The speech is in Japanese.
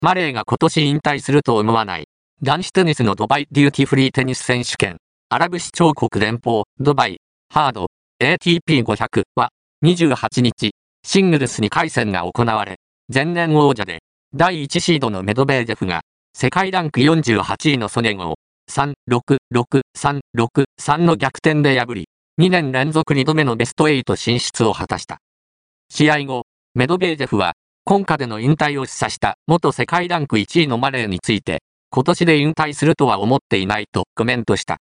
マレーが今年引退すると思わない。男子テニスのドバイデューティフリーテニス選手権、アラブ首長国連邦、ドバイ、ハード、ATP500 は、28日、シングルス2回戦が行われ、前年王者で、第1シードのメドベージェフが、世界ランク48位のソネゴを、3、6、6、3、6、3の逆転で破り、2年連続2度目のベスト8進出を果たした。試合後、メドベージェフは、今夏での引退を示唆した元世界ランク1位のマレーについて、今年で引退するとは思っていないとコメントした。